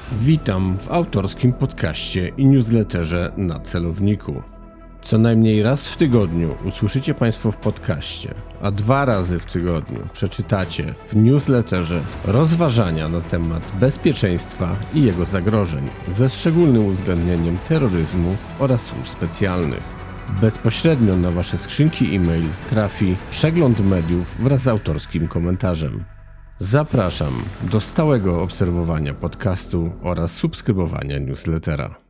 Witam w autorskim podcaście i newsletterze na celowniku. Co najmniej raz w tygodniu usłyszycie Państwo w podcaście, a 2 razy w tygodniu przeczytacie w newsletterze rozważania na temat bezpieczeństwa i jego zagrożeń, ze szczególnym uwzględnieniem terroryzmu oraz służb specjalnych. Bezpośrednio na Wasze skrzynki e-mail trafi przegląd mediów wraz z autorskim komentarzem. Zapraszam do stałego obserwowania podcastu oraz subskrybowania newslettera.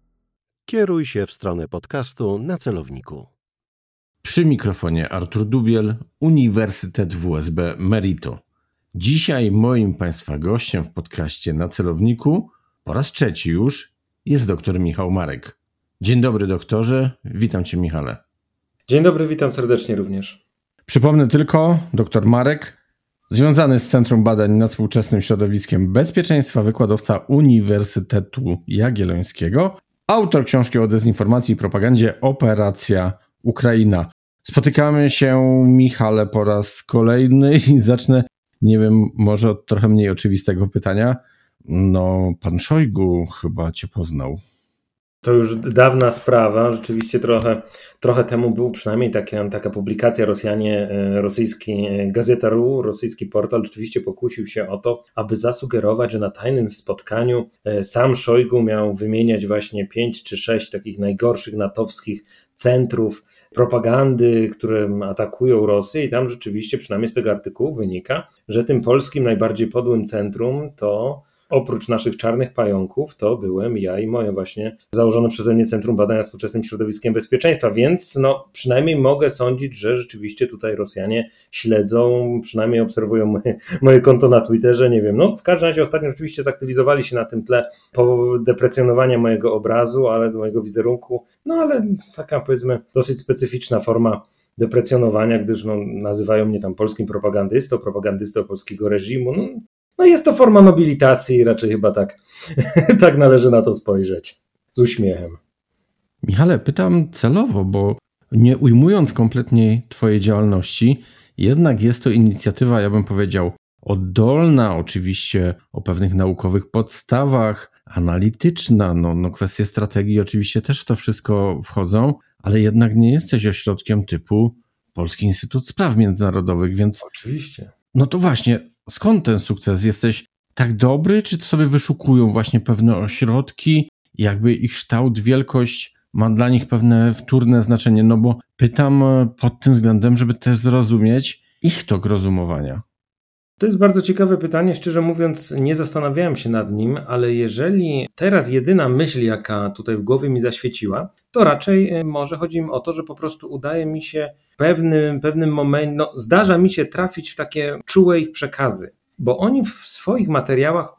Kieruj się w stronę podcastu na celowniku. Przy mikrofonie Artur Dubiel, Uniwersytet WSB Merito. Dzisiaj moim Państwa gościem w podcaście na celowniku, po raz 3 już, jest dr Michał Marek. Dzień dobry doktorze, witam Cię Michale. Dzień dobry, witam serdecznie również. Przypomnę tylko, dr Marek, związany z Centrum Badań nad Współczesnym Środowiskiem Bezpieczeństwa, wykładowca Uniwersytetu Jagiellońskiego, autor książki o dezinformacji i propagandzie Operacja Ukraina. Spotykamy się, Michale, po raz kolejny i zacznę, nie wiem, może od trochę mniej oczywistego pytania. Pan Szojgu chyba Cię poznał. To już dawna sprawa, rzeczywiście trochę temu był przynajmniej taka publikacja rosyjski Gazeta.ru, rosyjski portal rzeczywiście pokusił się o to, aby zasugerować, że na tajnym spotkaniu sam Szojgu miał wymieniać właśnie 5 czy 6 takich najgorszych natowskich centrów propagandy, które atakują Rosję i tam rzeczywiście przynajmniej z tego artykułu wynika, że tym polskim najbardziej podłym centrum to oprócz naszych czarnych pająków, to byłem ja i moje właśnie założone przeze mnie Centrum Badań nad Współczesnym Środowiskiem Bezpieczeństwa, więc przynajmniej mogę sądzić, że rzeczywiście tutaj Rosjanie śledzą, przynajmniej obserwują moje konto na Twitterze, nie wiem. W każdym razie ostatnio rzeczywiście zaktywizowali się na tym tle po deprecjonowania mojego obrazu, mojego wizerunku, ale taka powiedzmy dosyć specyficzna forma deprecjonowania, gdyż nazywają mnie tam polskim propagandystą polskiego reżimu. Jest to forma nobilitacji i raczej chyba tak należy na to spojrzeć. Z uśmiechem. Michale, pytam celowo, bo nie ujmując kompletnie Twojej działalności, jednak jest to inicjatywa, ja bym powiedział, oddolna, oczywiście o pewnych naukowych podstawach, analityczna, kwestie strategii oczywiście też w to wszystko wchodzą, ale jednak nie jesteś ośrodkiem typu Polski Instytut Spraw Międzynarodowych, więc... Oczywiście. To właśnie, skąd ten sukces? Jesteś tak dobry, czy to sobie wyszukują właśnie pewne ośrodki, jakby ich kształt, wielkość ma dla nich pewne wtórne znaczenie? Bo pytam pod tym względem, żeby też zrozumieć ich tok rozumowania. To jest bardzo ciekawe pytanie, szczerze mówiąc nie zastanawiałem się nad nim, ale jeżeli teraz jedyna myśl, jaka tutaj w głowie mi zaświeciła, to raczej może chodzi mi o to, że po prostu udaje mi się w pewnym momencie, zdarza mi się trafić w takie czułe ich przekazy, bo oni w swoich materiałach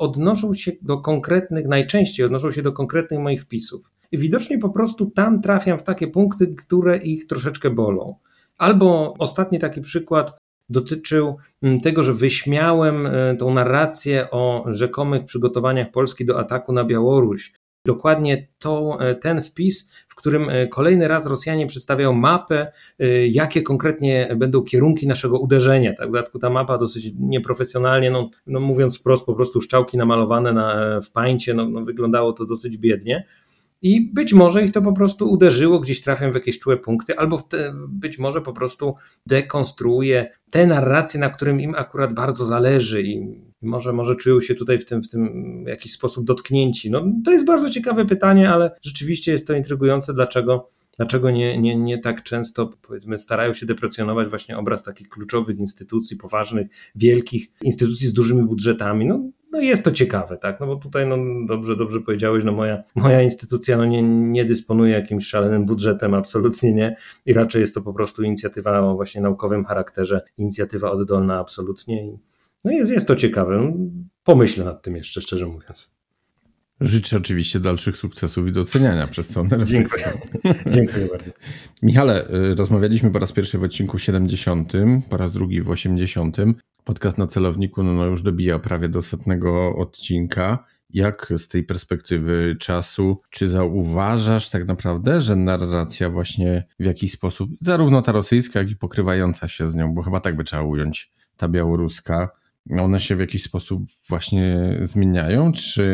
najczęściej odnoszą się do konkretnych moich wpisów. I widocznie po prostu tam trafiam w takie punkty, które ich troszeczkę bolą. Albo ostatni taki przykład dotyczył tego, że wyśmiałem tą narrację o rzekomych przygotowaniach Polski do ataku na Białoruś. Dokładnie ten wpis, w którym kolejny raz Rosjanie przedstawiają mapę, jakie konkretnie będą kierunki naszego uderzenia. Tak, w dodatku ta mapa dosyć nieprofesjonalnie, mówiąc wprost, po prostu szczałki namalowane w pańcie, wyglądało to dosyć biednie. I być może ich to po prostu uderzyło, gdzieś trafią w jakieś czułe punkty, albo być może po prostu dekonstruuje te narracje, na którym im akurat bardzo zależy i może czują się tutaj w tym w jakiś sposób dotknięci. To jest bardzo ciekawe pytanie, ale rzeczywiście jest to intrygujące, dlaczego nie tak często, powiedzmy, starają się deprecjonować właśnie obraz takich kluczowych instytucji, poważnych, wielkich instytucji z dużymi budżetami. Jest to ciekawe, tak? Bo tutaj dobrze powiedziałeś, moja instytucja nie dysponuje jakimś szalonym budżetem, absolutnie nie, i raczej jest to po prostu inicjatywa o właśnie naukowym charakterze, inicjatywa oddolna absolutnie i jest to ciekawe. Pomyślę nad tym jeszcze, szczerze mówiąc. Życzę oczywiście dalszych sukcesów i doceniania przez stronę rosyjską. Dziękuję bardzo. Michale, rozmawialiśmy po raz pierwszy w odcinku 70, po raz drugi w 80. Podcast na celowniku już dobija prawie do 100 odcinka. Jak z tej perspektywy czasu, czy zauważasz tak naprawdę, że narracja właśnie w jakiś sposób, zarówno ta rosyjska, jak i pokrywająca się z nią, bo chyba tak by trzeba ująć, ta białoruska, one się w jakiś sposób właśnie zmieniają, czy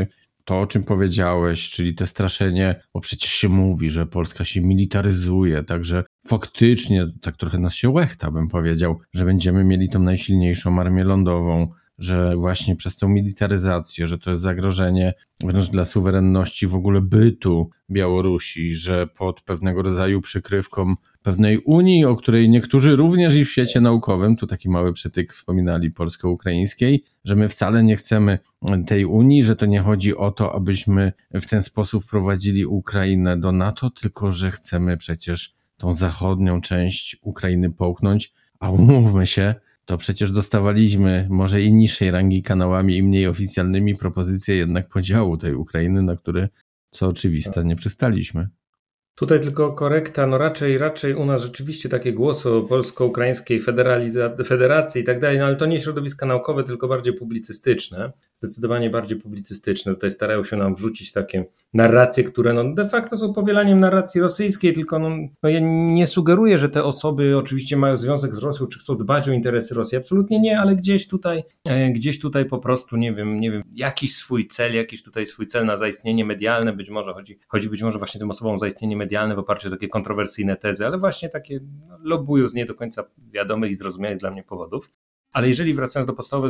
to, o czym powiedziałeś, czyli te straszenie, bo przecież się mówi, że Polska się militaryzuje, także faktycznie tak trochę nas się łechta, bym powiedział, że będziemy mieli tą najsilniejszą armię lądową, że właśnie przez tą militaryzację, że to jest zagrożenie wręcz dla suwerenności w ogóle bytu Białorusi, że pod pewnego rodzaju przykrywką pewnej Unii, o której niektórzy również i w świecie naukowym, tu taki mały przytyk wspominali polsko-ukraińskiej, że my wcale nie chcemy tej Unii, że to nie chodzi o to, abyśmy w ten sposób prowadzili Ukrainę do NATO, tylko że chcemy przecież tą zachodnią część Ukrainy połknąć, a umówmy się, to przecież dostawaliśmy może i niższej rangi kanałami i mniej oficjalnymi propozycje jednak podziału tej Ukrainy, na który, co oczywiste, nie przystaliśmy. Tutaj tylko korekta, no raczej u nas rzeczywiście takie głosy o polsko-ukraińskiej federacji i tak dalej, no ale to nie środowiska naukowe, tylko bardziej publicystyczne, zdecydowanie bardziej publicystyczne. Tutaj starają się nam wrzucić takie narracje, które no de facto są powielaniem narracji rosyjskiej, tylko no ja nie sugeruję, że te osoby oczywiście mają związek z Rosją, czy chcą dbać o interesy Rosji, absolutnie nie, ale gdzieś tutaj po prostu, nie wiem, jakiś swój cel na zaistnienie medialne, być może chodzi być może właśnie tym osobom o zaistnienie medialne w oparciu o takie kontrowersyjne tezy, ale właśnie takie lobują z nie do końca wiadomych i zrozumiałych dla mnie powodów. Ale jeżeli wracamy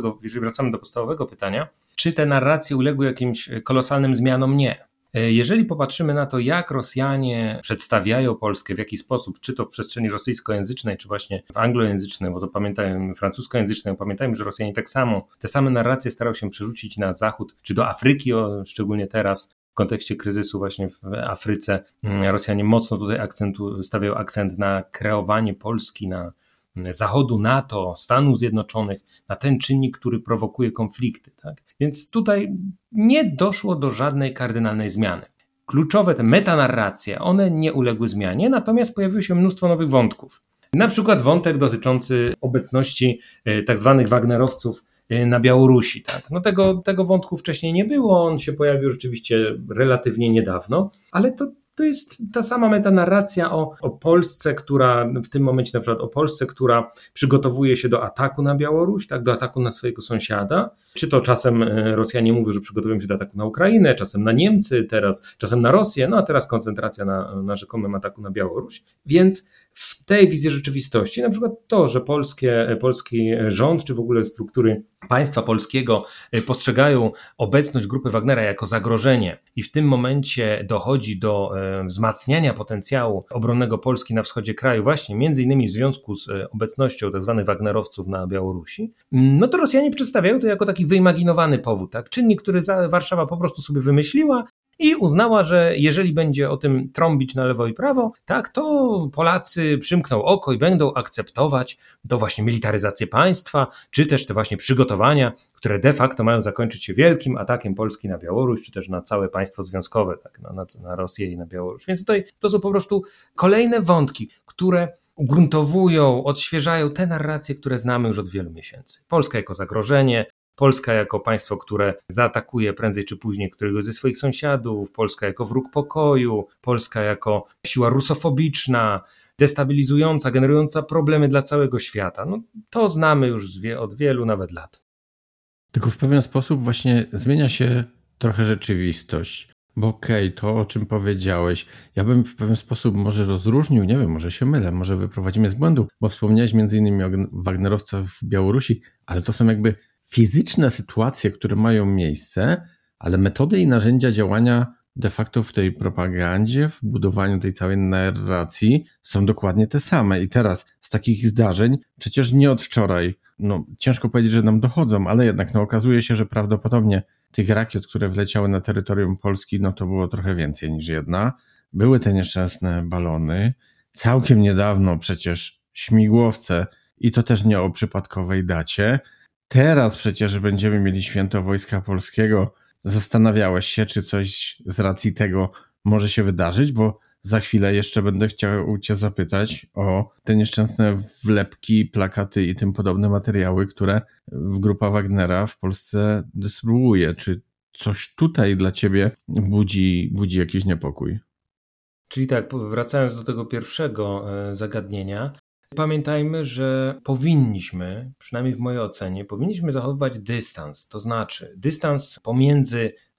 do podstawowego pytania, czy te narracje uległy jakimś kolosalnym zmianom? Nie. Jeżeli popatrzymy na to, jak Rosjanie przedstawiają Polskę, w jaki sposób, czy to w przestrzeni rosyjskojęzycznej, czy właśnie w anglojęzycznej, bo to pamiętajmy, francuskojęzycznej, pamiętajmy, że Rosjanie te same narracje starają się przerzucić na zachód, czy do Afryki, szczególnie teraz, w kontekście kryzysu właśnie w Afryce. Rosjanie mocno tutaj stawiają akcent na kreowanie Polski, na Zachodu, NATO, Stanów Zjednoczonych, na ten czynnik, który prowokuje konflikty. Tak? Więc tutaj nie doszło do żadnej kardynalnej zmiany. Kluczowe te metanarracje, one nie uległy zmianie, natomiast pojawiło się mnóstwo nowych wątków. Na przykład wątek dotyczący obecności tak zwanych Wagnerowców na Białorusi. Tak? No tego wątku wcześniej nie było, on się pojawił rzeczywiście relatywnie niedawno, ale to jest ta sama metanarracja o Polsce, która w tym momencie na przykład o Polsce, która przygotowuje się do ataku na Białoruś, tak, do ataku na swojego sąsiada. Czy to czasem Rosjanie mówią, że przygotowują się do ataku na Ukrainę, czasem na Niemcy, czasem na Rosję, no a teraz koncentracja na rzekomym ataku na Białoruś. Więc w tej wizji rzeczywistości, na przykład to, że polski rząd, czy w ogóle struktury państwa polskiego postrzegają obecność grupy Wagnera jako zagrożenie i w tym momencie dochodzi do wzmacniania potencjału obronnego Polski na wschodzie kraju, właśnie między innymi w związku z obecnością tzw. Wagnerowców na Białorusi, no to Rosjanie przedstawiają to jako taki wyimaginowany powód, tak? Czynnik, który Warszawa po prostu sobie wymyśliła i uznała, że jeżeli będzie o tym trąbić na lewo i prawo, tak, to Polacy przymkną oko i będą akceptować to właśnie militaryzację państwa, czy też te właśnie przygotowania, które de facto mają zakończyć się wielkim atakiem Polski na Białoruś, czy też na całe państwo związkowe, tak, na Rosję i na Białoruś. Więc tutaj to są po prostu kolejne wątki, które ugruntowują, odświeżają te narracje, które znamy już od wielu miesięcy. Polska jako zagrożenie, Polska jako państwo, które zaatakuje prędzej czy później któregoś ze swoich sąsiadów, Polska jako wróg pokoju, Polska jako siła rusofobiczna, destabilizująca, generująca problemy dla całego świata. No, to znamy już od wielu nawet lat. Tylko w pewien sposób właśnie zmienia się trochę rzeczywistość. Bo okej, to o czym powiedziałeś, ja bym w pewien sposób może rozróżnił, nie wiem, może się mylę, może wyprowadzimy z błędu, bo wspomniałeś między innymi o Wagnerowcach w Białorusi, ale to są jakby fizyczne sytuacje, które mają miejsce, ale metody i narzędzia działania de facto w tej propagandzie, w budowaniu tej całej narracji są dokładnie te same. I teraz z takich zdarzeń, przecież nie od wczoraj, no ciężko powiedzieć, że nam dochodzą, ale jednak no, okazuje się, że prawdopodobnie tych rakiet, które wleciały na terytorium Polski, no to było trochę więcej niż jedna. Były te nieszczęsne balony. Całkiem niedawno przecież śmigłowce i to też nie o przypadkowej dacie. Teraz przecież będziemy mieli Święto Wojska Polskiego. Zastanawiałeś się, czy coś z racji tego może się wydarzyć, bo za chwilę jeszcze będę chciał Cię zapytać o te nieszczęsne wlepki, plakaty i tym podobne materiały, które grupa Wagnera w Polsce dystrybuuje. Czy coś tutaj dla Ciebie budzi jakiś niepokój? Czyli tak, wracając do tego pierwszego zagadnienia, pamiętajmy, że powinniśmy, przynajmniej w mojej ocenie, zachowywać dystans, to znaczy dystans pomiędzy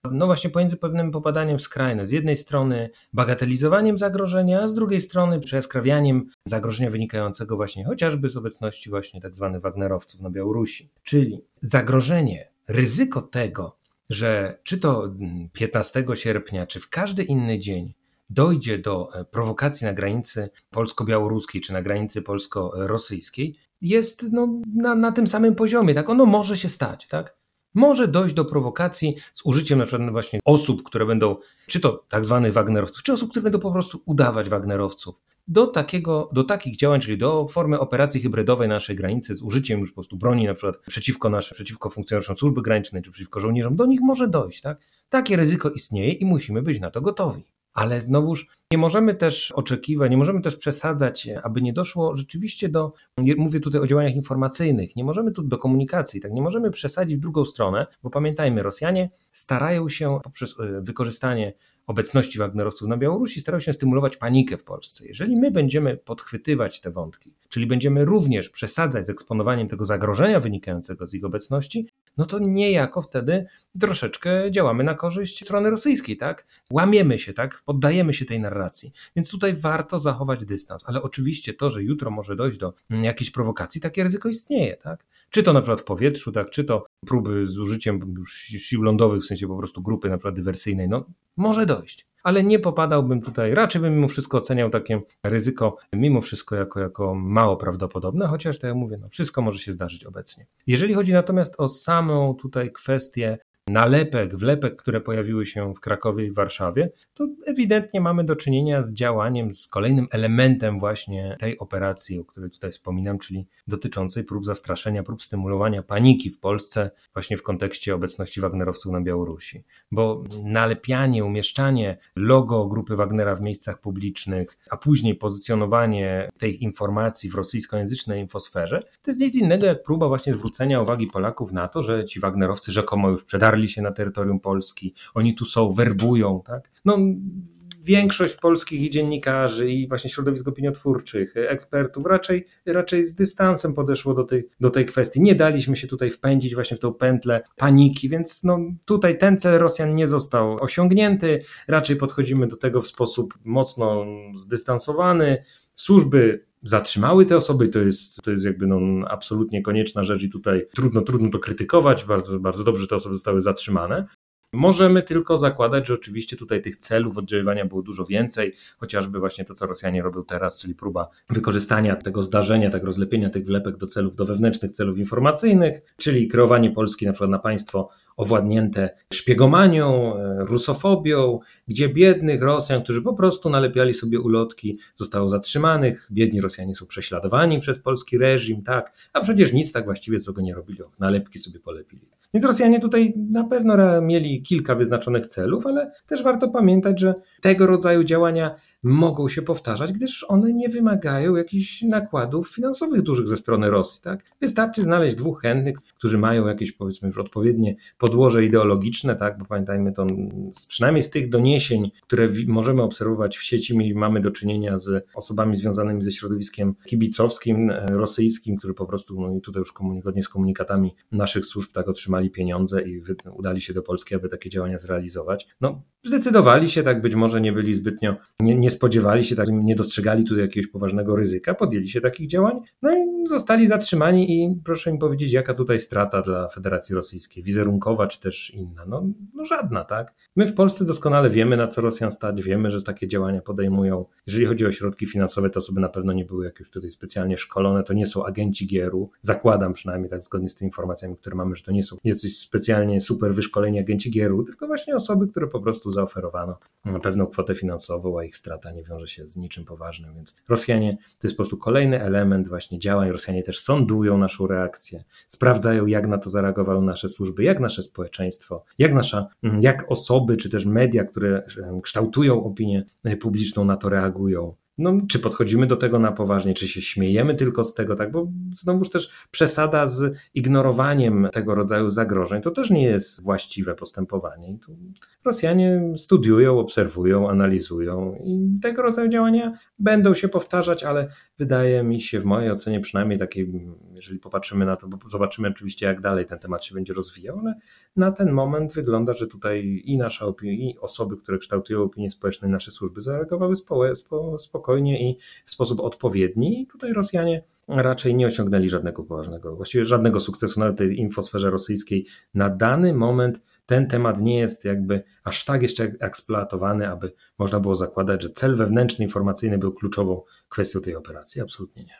no właśnie pomiędzy pewnym popadaniem w skrajność. Z jednej strony bagatelizowaniem zagrożenia, a z drugiej strony przejaskrawianiem zagrożenia wynikającego właśnie chociażby z obecności właśnie tak zwanych Wagnerowców na Białorusi. Czyli zagrożenie, ryzyko tego, że czy to 15 sierpnia, czy w każdy inny dzień dojdzie do prowokacji na granicy polsko-białoruskiej, czy na granicy polsko-rosyjskiej, jest na tym samym poziomie, tak? Ono może się stać, tak? Może dojść do prowokacji z użyciem na przykład właśnie osób, które będą, czy to tak zwanych Wagnerowców, czy osób, które będą po prostu udawać Wagnerowców. Do takich działań, czyli do formy operacji hybrydowej na naszej granicy z użyciem już po prostu broni na przykład przeciwko funkcjonariuszom służby granicznej, czy przeciwko żołnierzom, do nich może dojść, tak? Takie ryzyko istnieje i musimy być na to gotowi. Ale znowuż nie możemy też oczekiwać, nie możemy też przesadzać, aby nie doszło rzeczywiście mówię tutaj o działaniach informacyjnych, nie możemy tu do komunikacji, tak, nie możemy przesadzić w drugą stronę, bo pamiętajmy, Rosjanie starają się poprzez wykorzystanie obecności Wagnerowców na Białorusi, starają się stymulować panikę w Polsce. Jeżeli my będziemy podchwytywać te wątki, czyli będziemy również przesadzać z eksponowaniem tego zagrożenia wynikającego z ich obecności, no to niejako wtedy troszeczkę działamy na korzyść strony rosyjskiej, tak? Łamiemy się, tak? Poddajemy się tej narracji. Więc tutaj warto zachować dystans, ale oczywiście to, że jutro może dojść do jakiejś prowokacji, takie ryzyko istnieje, tak? Czy to na przykład w powietrzu, tak? Czy to próby z użyciem już sił lądowych, w sensie po prostu grupy na przykład dywersyjnej, no może dojść. Ale nie popadałbym tutaj, raczej bym mimo wszystko oceniał takie ryzyko mimo wszystko jako mało prawdopodobne, chociaż tak jak mówię, no wszystko może się zdarzyć obecnie. Jeżeli chodzi natomiast o samą tutaj kwestię nalepek, wlepek, które pojawiły się w Krakowie i w Warszawie, to ewidentnie mamy do czynienia z działaniem, z kolejnym elementem właśnie tej operacji, o której tutaj wspominam, czyli dotyczącej prób zastraszenia, prób stymulowania paniki w Polsce właśnie w kontekście obecności Wagnerowców na Białorusi. Bo nalepianie, umieszczanie logo grupy Wagnera w miejscach publicznych, a później pozycjonowanie tej informacji w rosyjskojęzycznej infosferze, to jest nic innego jak próba właśnie zwrócenia uwagi Polaków na to, że ci Wagnerowcy rzekomo już przedarli się na terytorium Polski, oni tu są, werbują, tak? No, większość polskich dziennikarzy i właśnie środowisk opiniotwórczych, ekspertów raczej z dystansem podeszło do tej kwestii. Nie daliśmy się tutaj wpędzić właśnie w tą pętlę paniki, więc no, tutaj ten cel Rosjan nie został osiągnięty. Raczej podchodzimy do tego w sposób mocno zdystansowany. Służby zatrzymały te osoby, to jest jakby absolutnie konieczna rzecz i tutaj trudno to krytykować, bardzo, bardzo dobrze te osoby zostały zatrzymane. Możemy tylko zakładać, że oczywiście tutaj tych celów oddziaływania było dużo więcej, chociażby właśnie to, co Rosjanie robią teraz, czyli próba wykorzystania tego zdarzenia, tak rozlepienia tych wlepek do wewnętrznych celów informacyjnych, czyli kreowanie Polski na przykład na państwo owładnięte szpiegomanią, rusofobią, gdzie biednych Rosjan, którzy po prostu nalepiali sobie ulotki, zostało zatrzymanych, biedni Rosjanie są prześladowani przez polski reżim, tak, a przecież nic tak właściwie złego nie robili, nalepki sobie polepili. Więc Rosjanie tutaj na pewno mieli kilka wyznaczonych celów, ale też warto pamiętać, że tego rodzaju działania mogą się powtarzać, gdyż one nie wymagają jakichś nakładów finansowych dużych ze strony Rosji. Tak? Wystarczy znaleźć dwóch chętnych, którzy mają jakieś powiedzmy już odpowiednie podłoże ideologiczne, tak? Bo pamiętajmy to przynajmniej z tych doniesień, które możemy obserwować w sieci, mamy do czynienia z osobami związanymi ze środowiskiem kibicowskim, rosyjskim, którzy po prostu, no i tutaj już zgodnie z komunikatami naszych służb tak otrzymali pieniądze i udali się do Polski, aby takie działania zrealizować. No, zdecydowali się, tak być może nie byli zbytnio, nie spodziewali się, tak nie dostrzegali tutaj jakiegoś poważnego ryzyka, podjęli się takich działań, no i zostali zatrzymani i proszę mi powiedzieć, jaka tutaj strata dla Federacji Rosyjskiej, wizerunkowa czy też inna? No żadna, tak? My w Polsce doskonale wiemy, na co Rosjan stać, wiemy, że takie działania podejmują. Jeżeli chodzi o środki finansowe, te osoby na pewno nie były jakieś tutaj specjalnie szkolone, to nie są agenci GRU, zakładam przynajmniej tak zgodnie z tymi informacjami, które mamy, że to nie są jacyś specjalnie super wyszkoleni agenci GRU, tylko właśnie osoby, które po prostu zaoferowano pewną kwotę finansową, a ich strata nie wiąże się z niczym poważnym, więc Rosjanie to jest po prostu kolejny element właśnie działań. Rosjanie też sądują naszą reakcję, sprawdzają, jak na to zareagowały nasze służby, jak nasze społeczeństwo, jak osoby czy też media, które kształtują opinię publiczną, na to reagują. No, czy podchodzimy do tego na poważnie, czy się śmiejemy tylko z tego, tak, bo znowuż też przesada z ignorowaniem tego rodzaju zagrożeń, to też nie jest właściwe postępowanie. I tu Rosjanie studiują, obserwują, analizują i tego rodzaju działania będą się powtarzać, ale wydaje mi się, w mojej ocenie przynajmniej takiej, jeżeli popatrzymy na to, bo zobaczymy oczywiście jak dalej ten temat się będzie rozwijał, ale na ten moment wygląda, że tutaj i nasza opinia, i osoby, które kształtują opinię społeczną, i nasze służby zareagowały spokojnie i w sposób odpowiedni. I tutaj Rosjanie raczej nie osiągnęli żadnego poważnego, właściwie żadnego sukcesu nawet w tej infosferze rosyjskiej. Na dany moment ten temat nie jest jakby aż tak jeszcze eksploatowany, aby można było zakładać, że cel wewnętrzny informacyjny był kluczową kwestią tej operacji. Absolutnie nie.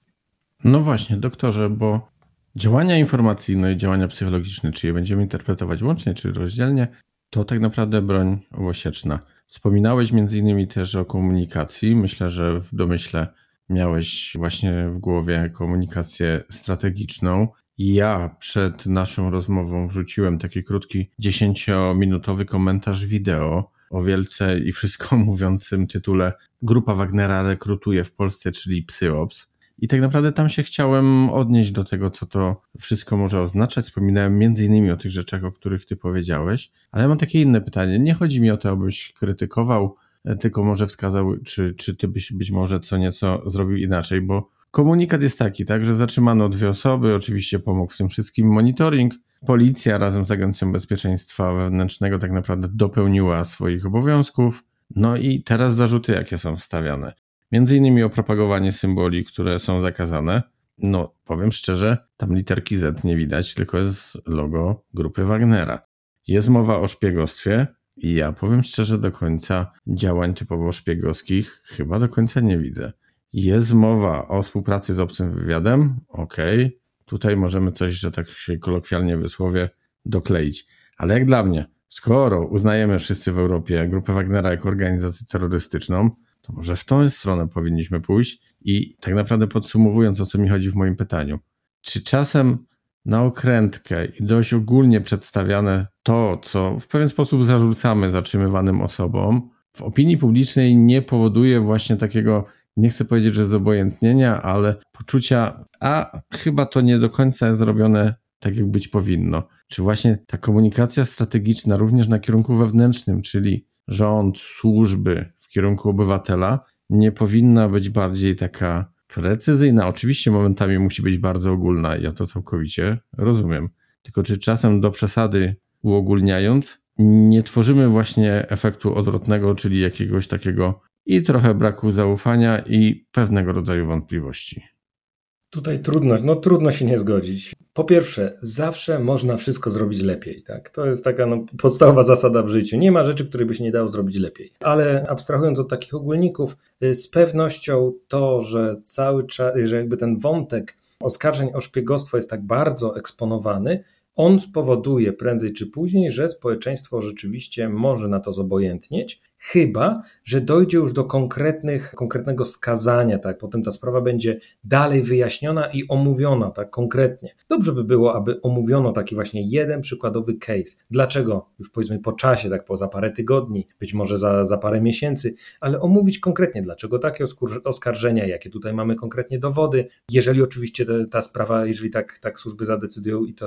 No właśnie, doktorze, bo działania informacyjne i działania psychologiczne, czy je będziemy interpretować łącznie, czy rozdzielnie, to tak naprawdę broń obosieczna. Wspominałeś między innymi też o komunikacji. Myślę, że w domyśle miałeś właśnie w głowie komunikację strategiczną. Ja przed naszą rozmową wrzuciłem taki krótki 10-minutowy komentarz wideo o wielce i wszystko mówiącym tytule Grupa Wagnera rekrutuje w Polsce, czyli Psyops. I tak naprawdę tam się chciałem odnieść do tego, co to wszystko może oznaczać. Wspominałem między innymi o tych rzeczach, o których ty powiedziałeś, ale ja mam takie inne pytanie. Nie chodzi mi o to, abyś krytykował, tylko może wskazał, czy ty byś być może co nieco zrobił inaczej, bo komunikat jest taki, tak, że zatrzymano 2 osoby, oczywiście pomógł w tym wszystkim monitoring. Policja razem z Agencją Bezpieczeństwa Wewnętrznego tak naprawdę dopełniła swoich obowiązków. No i teraz zarzuty jakie są stawiane? Między innymi o propagowanie symboli, które są zakazane. No, powiem szczerze, tam literki Z nie widać, tylko jest logo grupy Wagnera. Jest mowa o szpiegostwie i ja powiem szczerze, do końca działań typowo szpiegowskich chyba do końca nie widzę. Jest mowa o współpracy z obcym wywiadem, okej. Tutaj możemy coś, że tak się kolokwialnie wysłowię, dokleić. Ale jak dla mnie, skoro uznajemy wszyscy w Europie grupę Wagnera jako organizację terrorystyczną, to może w tą stronę powinniśmy pójść i tak naprawdę podsumowując, o co mi chodzi w moim pytaniu. Czy czasem na okrętkę i dość ogólnie przedstawiane to, co w pewien sposób zarzucamy zatrzymywanym osobom, w opinii publicznej nie powoduje właśnie takiego, nie chcę powiedzieć, że zobojętnienia, ale poczucia, a chyba to nie do końca jest zrobione tak, jak być powinno. Czy właśnie ta komunikacja strategiczna również na kierunku wewnętrznym, czyli rząd, służby w kierunku obywatela, nie powinna być bardziej taka precyzyjna. Oczywiście momentami musi być bardzo ogólna, ja to całkowicie rozumiem. Tylko czy czasem do przesady uogólniając, nie tworzymy właśnie efektu odwrotnego, czyli jakiegoś takiego i trochę braku zaufania i pewnego rodzaju wątpliwości. Tutaj trudno się nie zgodzić. Po pierwsze, zawsze można wszystko zrobić lepiej. Tak? To jest taka podstawowa zasada w życiu. Nie ma rzeczy, której by się nie dało zrobić lepiej. Ale abstrahując od takich ogólników, z pewnością to, że cały czas, że jakby ten wątek oskarżeń o szpiegostwo jest tak bardzo eksponowany, on spowoduje prędzej czy później, że społeczeństwo rzeczywiście może na to zobojętnieć, chyba że dojdzie już do konkretnego skazania, tak? Potem ta sprawa będzie dalej wyjaśniona i omówiona tak konkretnie. Dobrze by było, aby omówiono taki właśnie jeden przykładowy case. Dlaczego? Już powiedzmy po czasie, tak za parę tygodni, być może za parę miesięcy, ale omówić konkretnie, dlaczego takie oskarżenia, jakie tutaj mamy konkretnie dowody. Jeżeli oczywiście ta sprawa, jeżeli tak służby zadecydują i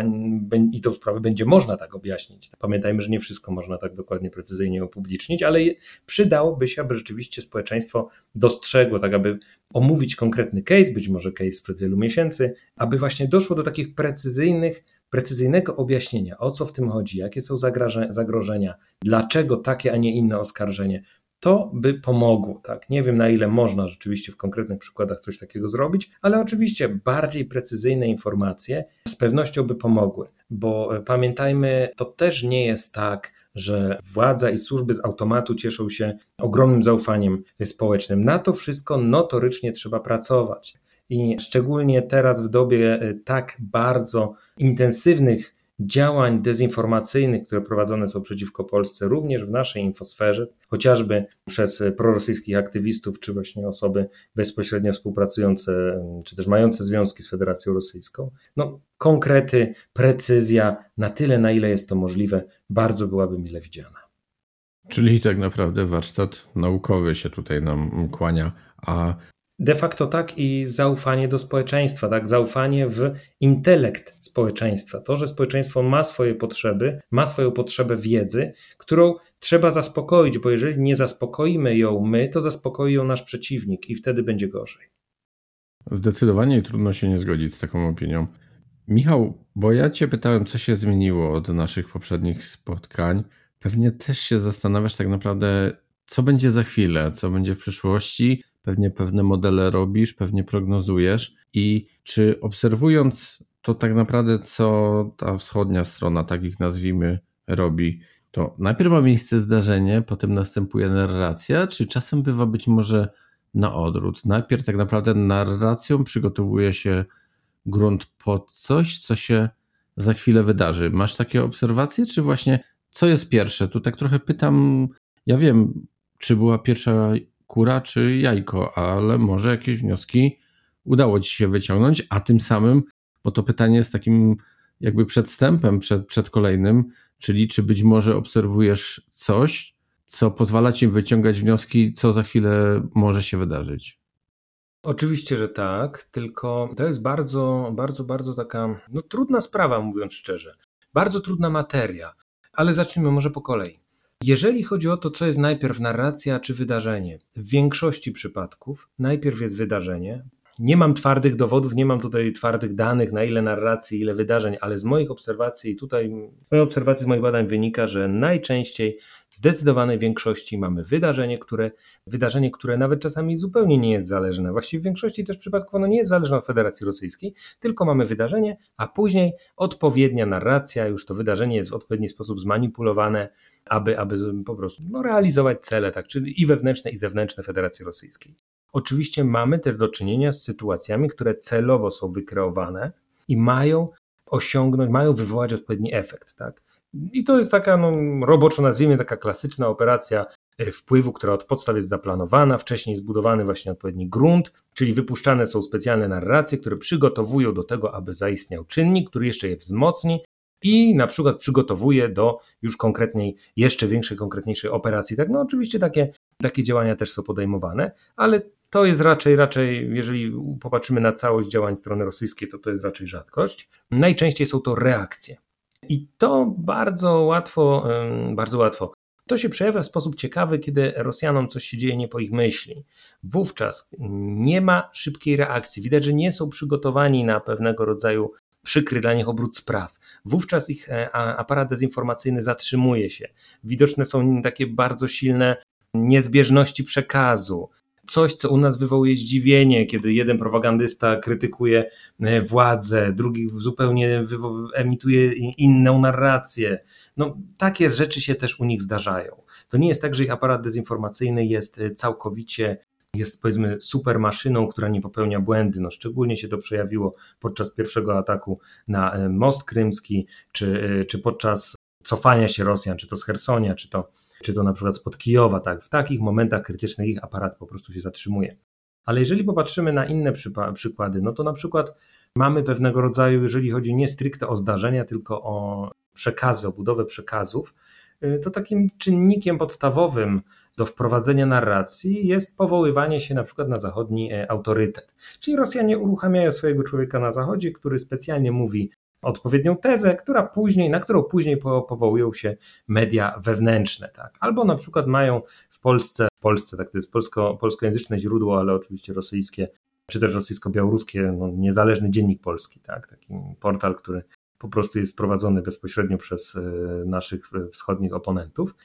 tą sprawę będzie można tak objaśnić. Pamiętajmy, że nie wszystko można tak dokładnie, precyzyjnie upublicznić, ale przydałoby się, aby rzeczywiście społeczeństwo dostrzegło, tak aby omówić konkretny case, być może case sprzed wielu miesięcy, aby właśnie doszło do takich precyzyjnego objaśnienia, o co w tym chodzi, jakie są zagrożenia, dlaczego takie, a nie inne oskarżenie. To by pomogło. Tak? Nie wiem, na ile można rzeczywiście w konkretnych przykładach coś takiego zrobić, ale oczywiście bardziej precyzyjne informacje z pewnością by pomogły, bo pamiętajmy, to też nie jest tak, że władza i służby z automatu cieszą się ogromnym zaufaniem społecznym. Na to wszystko notorycznie trzeba pracować. I szczególnie teraz w dobie tak bardzo intensywnych działań dezinformacyjnych, które prowadzone są przeciwko Polsce, również w naszej infosferze, chociażby przez prorosyjskich aktywistów, czy właśnie osoby bezpośrednio współpracujące, czy też mające związki z Federacją Rosyjską. Konkrety, precyzja, na tyle, na ile jest to możliwe, bardzo byłaby mile widziana. Czyli tak naprawdę warsztat naukowy się tutaj nam kłania, a De facto tak i zaufanie do społeczeństwa, tak? Zaufanie w intelekt społeczeństwa. To, że społeczeństwo ma swoje potrzeby, ma swoją potrzebę wiedzy, którą trzeba zaspokoić, bo jeżeli nie zaspokoimy ją my, to zaspokoi ją nasz przeciwnik i wtedy będzie gorzej. zdecydowanie trudno się nie zgodzić z taką opinią. Michał, bo ja cię pytałem, co się zmieniło od naszych poprzednich spotkań. Pewnie też się zastanawiasz tak naprawdę, co będzie za chwilę, co będzie w przyszłości. Pewnie pewne modele robisz, pewnie prognozujesz. I czy obserwując to tak naprawdę, co ta wschodnia strona, tak ich nazwijmy, robi, to najpierw ma miejsce zdarzenie, potem następuje narracja, czy czasem bywa być może na odwrót? Najpierw tak naprawdę narracją przygotowuje się grunt pod coś, co się za chwilę wydarzy. Masz takie obserwacje, czy właśnie co jest pierwsze? Tu tak trochę pytam, ja wiem, czy była pierwsza kura, czy jajko, ale może jakieś wnioski udało ci się wyciągnąć, a tym samym, bo to pytanie jest takim jakby przedstępem przed kolejnym, czyli czy być może obserwujesz coś, co pozwala ci wyciągać wnioski, co za chwilę może się wydarzyć. Oczywiście, że tak, tylko to jest bardzo taka trudna sprawa, mówiąc szczerze. Bardzo trudna materia, ale zacznijmy może po kolei. Jeżeli chodzi o to, co jest najpierw narracja czy wydarzenie, w większości przypadków najpierw jest wydarzenie. Nie mam twardych dowodów, nie mam tutaj twardych danych, na ile narracji, ile wydarzeń, ale z moich obserwacji z moich badań wynika, że najczęściej w zdecydowanej większości mamy wydarzenie, które nawet czasami zupełnie nie jest zależne. Właściwie w większości też przypadków ono nie jest zależne od Federacji Rosyjskiej, tylko mamy wydarzenie, a później odpowiednia narracja, już to wydarzenie jest w odpowiedni sposób zmanipulowane, aby po prostu realizować cele, tak, czyli i wewnętrzne, i zewnętrzne Federacji Rosyjskiej. Oczywiście mamy też do czynienia z sytuacjami, które celowo są wykreowane i mają wywołać odpowiedni efekt. Tak? I to jest taka, roboczo nazwijmy, taka klasyczna operacja wpływu, która od podstaw jest zaplanowana, wcześniej zbudowany właśnie odpowiedni grunt, czyli wypuszczane są specjalne narracje, które przygotowują do tego, aby zaistniał czynnik, który jeszcze je wzmocni i na przykład przygotowuje do już konkretnej, jeszcze większej, konkretniejszej operacji. Tak, oczywiście takie działania też są podejmowane, ale to jest raczej, jeżeli popatrzymy na całość działań strony rosyjskiej, to jest raczej rzadkość. Najczęściej są to reakcje. I to bardzo łatwo. To się przejawia w sposób ciekawy, kiedy Rosjanom coś się dzieje nie po ich myśli. Wówczas nie ma szybkiej reakcji. Widać, że nie są przygotowani na pewnego rodzaju przykry dla nich obrót spraw. Wówczas ich aparat dezinformacyjny zatrzymuje się. Widoczne są takie bardzo silne niezbieżności przekazu. Coś, co u nas wywołuje zdziwienie, kiedy jeden propagandysta krytykuje władzę, drugi zupełnie emituje inną narrację. Takie rzeczy się też u nich zdarzają. To nie jest tak, że ich aparat dezinformacyjny jest powiedzmy super maszyną, która nie popełnia błędy. Szczególnie się to przejawiło podczas pierwszego ataku na most krymski, czy podczas cofania się Rosjan, czy to z Chersonia, czy to na przykład spod Kijowa. Tak? W takich momentach krytycznych ich aparat po prostu się zatrzymuje. Ale jeżeli popatrzymy na inne przykłady, to na przykład mamy pewnego rodzaju, jeżeli chodzi nie stricte o zdarzenia, tylko o przekazy, o budowę przekazów, to takim czynnikiem podstawowym do wprowadzenia narracji jest powoływanie się na przykład na zachodni autorytet. Czyli Rosjanie uruchamiają swojego człowieka na zachodzie, który specjalnie mówi odpowiednią tezę, na którą później powołują się media wewnętrzne. Tak? Albo na przykład mają w Polsce, tak, to jest polskojęzyczne źródło, ale oczywiście rosyjskie, czy też rosyjsko-białoruskie, niezależny Dziennik Polski, tak? Taki portal, który po prostu jest prowadzony bezpośrednio przez naszych wschodnich oponentów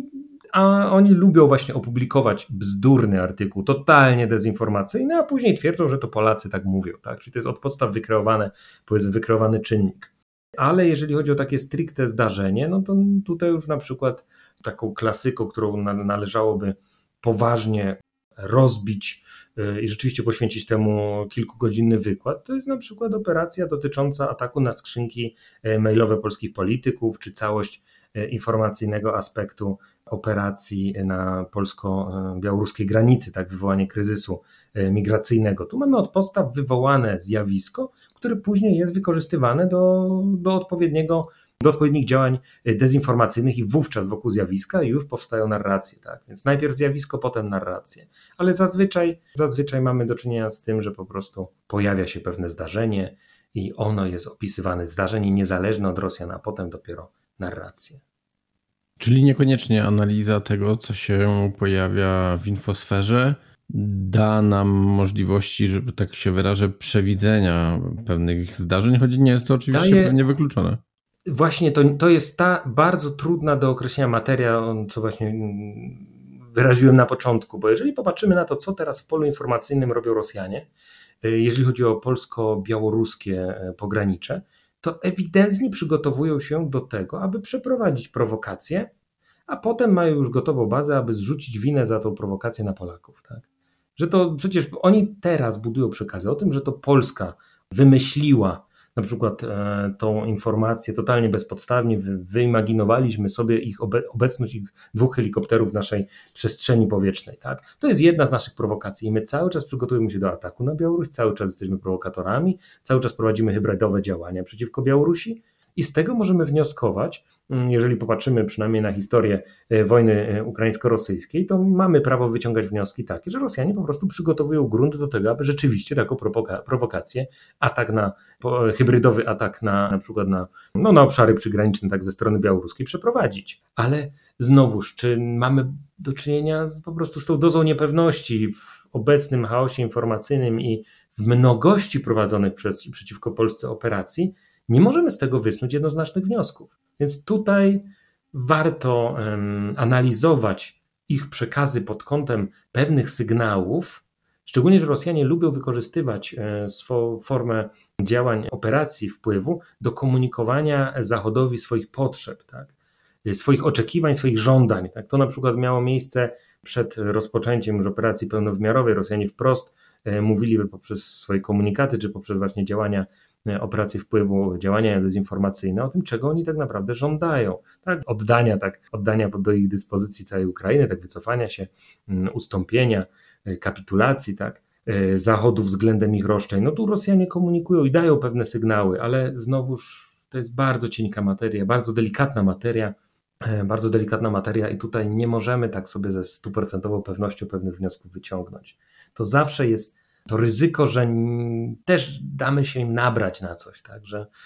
a oni lubią właśnie opublikować bzdurny artykuł, totalnie dezinformacyjny, a później twierdzą, że to Polacy tak mówią. Tak? Czyli to jest od podstaw wykreowany czynnik. Ale jeżeli chodzi o takie stricte zdarzenie, to tutaj już na przykład taką klasyką, którą należałoby poważnie rozbić i rzeczywiście poświęcić temu kilkugodzinny wykład, to jest na przykład operacja dotycząca ataku na skrzynki mailowe polskich polityków, czy całość informacyjnego aspektu operacji na polsko-białoruskiej granicy, tak, wywołanie kryzysu migracyjnego. Tu mamy od podstaw wywołane zjawisko, które później jest wykorzystywane do odpowiedniego do odpowiednich działań dezinformacyjnych i wówczas wokół zjawiska już powstają narracje. Tak? Więc najpierw zjawisko, potem narracje. Ale zazwyczaj mamy do czynienia z tym, że po prostu pojawia się pewne zdarzenie i ono jest opisywane, zdarzenie niezależne od Rosjan, a potem dopiero narracje. Czyli niekoniecznie analiza tego, co się pojawia w infosferze, da nam możliwości, żeby tak się wyrażę, przewidzenia pewnych zdarzeń, choć nie jest to oczywiście pewnie wykluczone. Właśnie to jest ta bardzo trudna do określenia materia, co właśnie wyraziłem na początku, bo jeżeli popatrzymy na to, co teraz w polu informacyjnym robią Rosjanie, jeżeli chodzi o polsko-białoruskie pogranicze, to ewidentnie przygotowują się do tego, aby przeprowadzić prowokację, a potem mają już gotową bazę, aby zrzucić winę za tą prowokację na Polaków. Tak? Że to przecież oni teraz budują przekazy o tym, że to Polska wymyśliła na przykład tą informację totalnie bezpodstawnie, wyimaginowaliśmy sobie obecność ich 2 helikopterów w naszej przestrzeni powietrznej. Tak? To jest jedna z naszych prowokacji i my cały czas przygotujemy się do ataku na Białoruś, cały czas jesteśmy prowokatorami, cały czas prowadzimy hybrydowe działania przeciwko Białorusi i z tego możemy wnioskować, jeżeli popatrzymy przynajmniej na historię wojny ukraińsko-rosyjskiej, to mamy prawo wyciągać wnioski takie, że Rosjanie po prostu przygotowują grunt do tego, aby rzeczywiście taką prowokację, hybrydowy atak na przykład na obszary przygraniczne tak ze strony białoruskiej przeprowadzić. Ale znowuż, czy mamy do czynienia po prostu z tą dozą niepewności w obecnym chaosie informacyjnym i w mnogości prowadzonych przeciwko Polsce operacji, nie możemy z tego wysnuć jednoznacznych wniosków. Więc tutaj warto analizować ich przekazy pod kątem pewnych sygnałów, szczególnie, że Rosjanie lubią wykorzystywać swoją formę działań, operacji wpływu do komunikowania Zachodowi swoich potrzeb, tak? Swoich oczekiwań, swoich żądań. Tak? To na przykład miało miejsce przed rozpoczęciem już operacji pełnowymiarowej. Rosjanie wprost mówili poprzez swoje komunikaty, czy poprzez właśnie działania operacji wpływu, działania dezinformacyjne o tym, czego oni tak naprawdę żądają. Tak? Oddania do ich dyspozycji całej Ukrainy, tak wycofania się, ustąpienia, kapitulacji, tak? Zachodu względem ich roszczeń. No tu Rosjanie komunikują i dają pewne sygnały, ale znowuż to jest bardzo cienka materia, bardzo delikatna materia i tutaj nie możemy tak sobie ze 100% pewnością pewnych wniosków wyciągnąć. To zawsze jest to ryzyko, że też damy się im nabrać na coś, tak?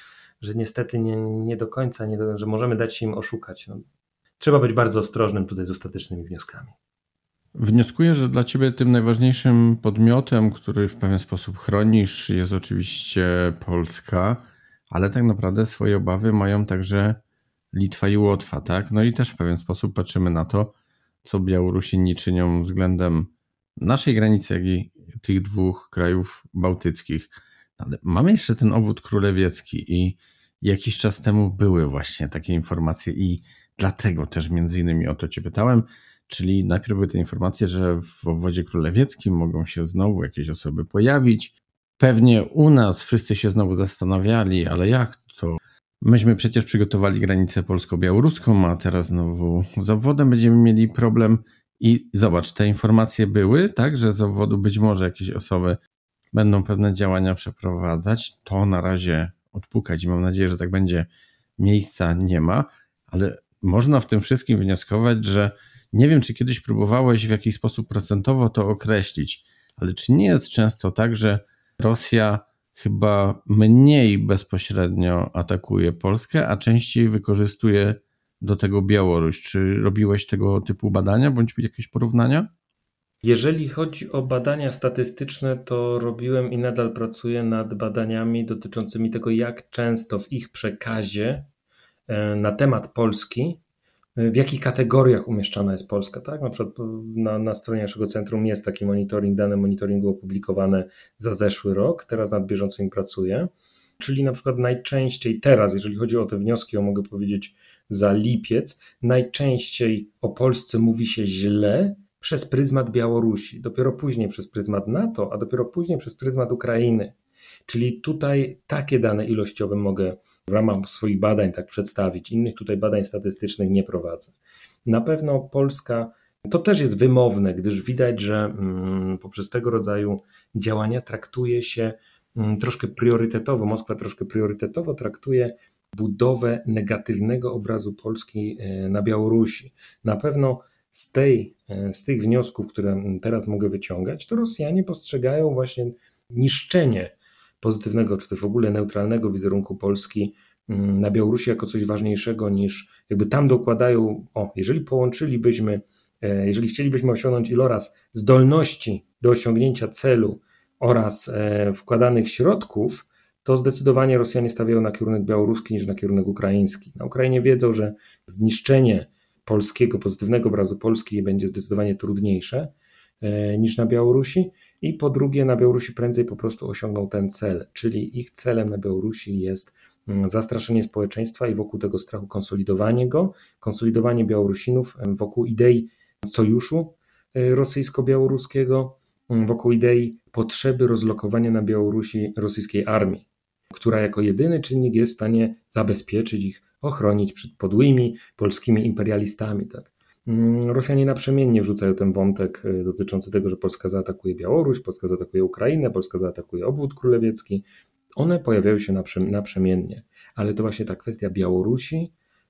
Że niestety nie do końca, że możemy dać się im oszukać. No, trzeba być bardzo ostrożnym tutaj z ostatecznymi wnioskami. Wnioskuję, że dla Ciebie tym najważniejszym podmiotem, który w pewien sposób chronisz, jest oczywiście Polska, ale tak naprawdę swoje obawy mają także Litwa i Łotwa, tak? No i też w pewien sposób patrzymy na to, co Białorusini czynią względem naszej granicy, jak i tych 2 krajów bałtyckich. Ale mamy jeszcze ten obwód królewiecki i jakiś czas temu były właśnie takie informacje i dlatego też między innymi o to Cię pytałem, czyli najpierw były te informacje, że w obwodzie królewieckim mogą się znowu jakieś osoby pojawić. Pewnie u nas wszyscy się znowu zastanawiali, ale jak to? Myśmy przecież przygotowali granicę polsko-białoruską, a teraz znowu z obwodem będziemy mieli problem. I zobacz, te informacje były, tak, że z obwodu być może jakieś osoby będą pewne działania przeprowadzać. To na razie odpukać i mam nadzieję, że tak będzie. Miejsca nie ma, ale można w tym wszystkim wnioskować, że nie wiem, czy kiedyś próbowałeś w jakiś sposób procentowo to określić, ale czy nie jest często tak, że Rosja chyba mniej bezpośrednio atakuje Polskę, a częściej wykorzystuje do tego Białoruś? Czy robiłeś tego typu badania bądź jakieś porównania? Jeżeli chodzi o badania statystyczne, to robiłem i nadal pracuję nad badaniami dotyczącymi tego, jak często w ich przekazie na temat Polski, w jakich kategoriach umieszczana jest Polska. Tak? Na przykład na stronie naszego centrum jest taki monitoring, dane monitoringu opublikowane za zeszły rok, teraz nad bieżącym pracuję. Czyli na przykład najczęściej teraz, jeżeli chodzi o te wnioski, mogę powiedzieć za lipiec, najczęściej o Polsce mówi się źle przez pryzmat Białorusi, dopiero później przez pryzmat NATO, a dopiero później przez pryzmat Ukrainy. Czyli tutaj takie dane ilościowe mogę w ramach swoich badań tak przedstawić. Innych tutaj badań statystycznych nie prowadzę. Na pewno Polska, to też jest wymowne, gdyż widać, że poprzez tego rodzaju działania traktuje się troszkę priorytetowo, Moskwa troszkę priorytetowo traktuje budowę negatywnego obrazu Polski na Białorusi. Na pewno z tych wniosków, które teraz mogę wyciągać, to Rosjanie postrzegają właśnie niszczenie pozytywnego, czy też w ogóle neutralnego wizerunku Polski na Białorusi jako coś ważniejszego niż jakby tam dokładają, jeżeli chcielibyśmy osiągnąć iloraz zdolności do osiągnięcia celu oraz wkładanych środków, to zdecydowanie Rosjanie stawiają na kierunek białoruski niż na kierunek ukraiński. Na Ukrainie wiedzą, że zniszczenie polskiego, pozytywnego obrazu Polski będzie zdecydowanie trudniejsze niż na Białorusi i po drugie na Białorusi prędzej po prostu osiągną ten cel, czyli ich celem na Białorusi jest zastraszenie społeczeństwa i wokół tego strachu konsolidowanie Białorusinów wokół idei sojuszu rosyjsko-białoruskiego, wokół idei potrzeby rozlokowania na Białorusi rosyjskiej armii, która jako jedyny czynnik jest w stanie zabezpieczyć ich, ochronić przed podłymi polskimi imperialistami. Tak. Rosjanie naprzemiennie wrzucają ten wątek dotyczący tego, że Polska zaatakuje Białoruś, Polska zaatakuje Ukrainę, Polska zaatakuje obwód królewiecki. One pojawiają się naprzemiennie, ale to właśnie ta kwestia Białorusi,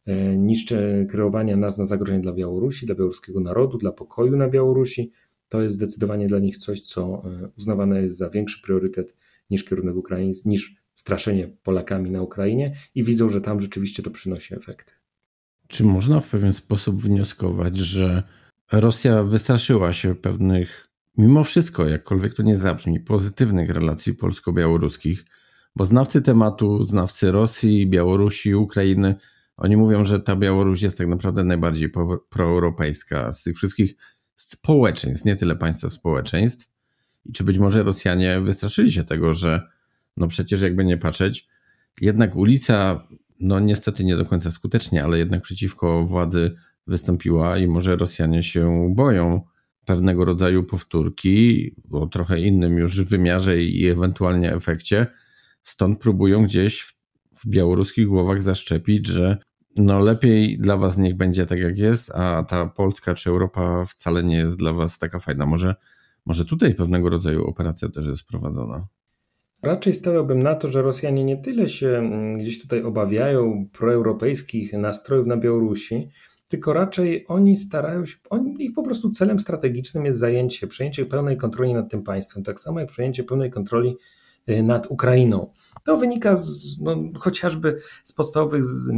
kreowania nas na zagrożenie dla Białorusi, dla białoruskiego narodu, dla pokoju na Białorusi, to jest zdecydowanie dla nich coś, co uznawane jest za większy priorytet niż kierunek ukraiński, niż straszenie Polakami na Ukrainie i widzą, że tam rzeczywiście to przynosi efekty. Czy można w pewien sposób wnioskować, że Rosja wystraszyła się pewnych, mimo wszystko, jakkolwiek to nie zabrzmi, pozytywnych relacji polsko-białoruskich, bo znawcy tematu, znawcy Rosji, Białorusi, Ukrainy, oni mówią, że ta Białoruś jest tak naprawdę najbardziej proeuropejska z tych wszystkich społeczeństw, nie tyle państwa społeczeństw. I czy być może Rosjanie wystraszyli się tego, że no przecież jakby nie patrzeć, jednak ulica, no niestety nie do końca skutecznie, ale jednak przeciwko władzy wystąpiła i może Rosjanie się boją pewnego rodzaju powtórki o trochę innym już wymiarze i ewentualnie efekcie. Stąd próbują gdzieś w białoruskich głowach zaszczepić, że no lepiej dla was niech będzie tak jak jest, a ta Polska czy Europa wcale nie jest dla was taka fajna. Może tutaj pewnego rodzaju operacja też jest prowadzona. Raczej stawiałbym na to, że Rosjanie nie tyle się gdzieś tutaj obawiają proeuropejskich nastrojów na Białorusi, tylko raczej oni starają się, ich po prostu celem strategicznym jest przejęcie pełnej kontroli nad tym państwem, tak samo jak przejęcie pełnej kontroli nad Ukrainą. To wynika chociażby z podstawowych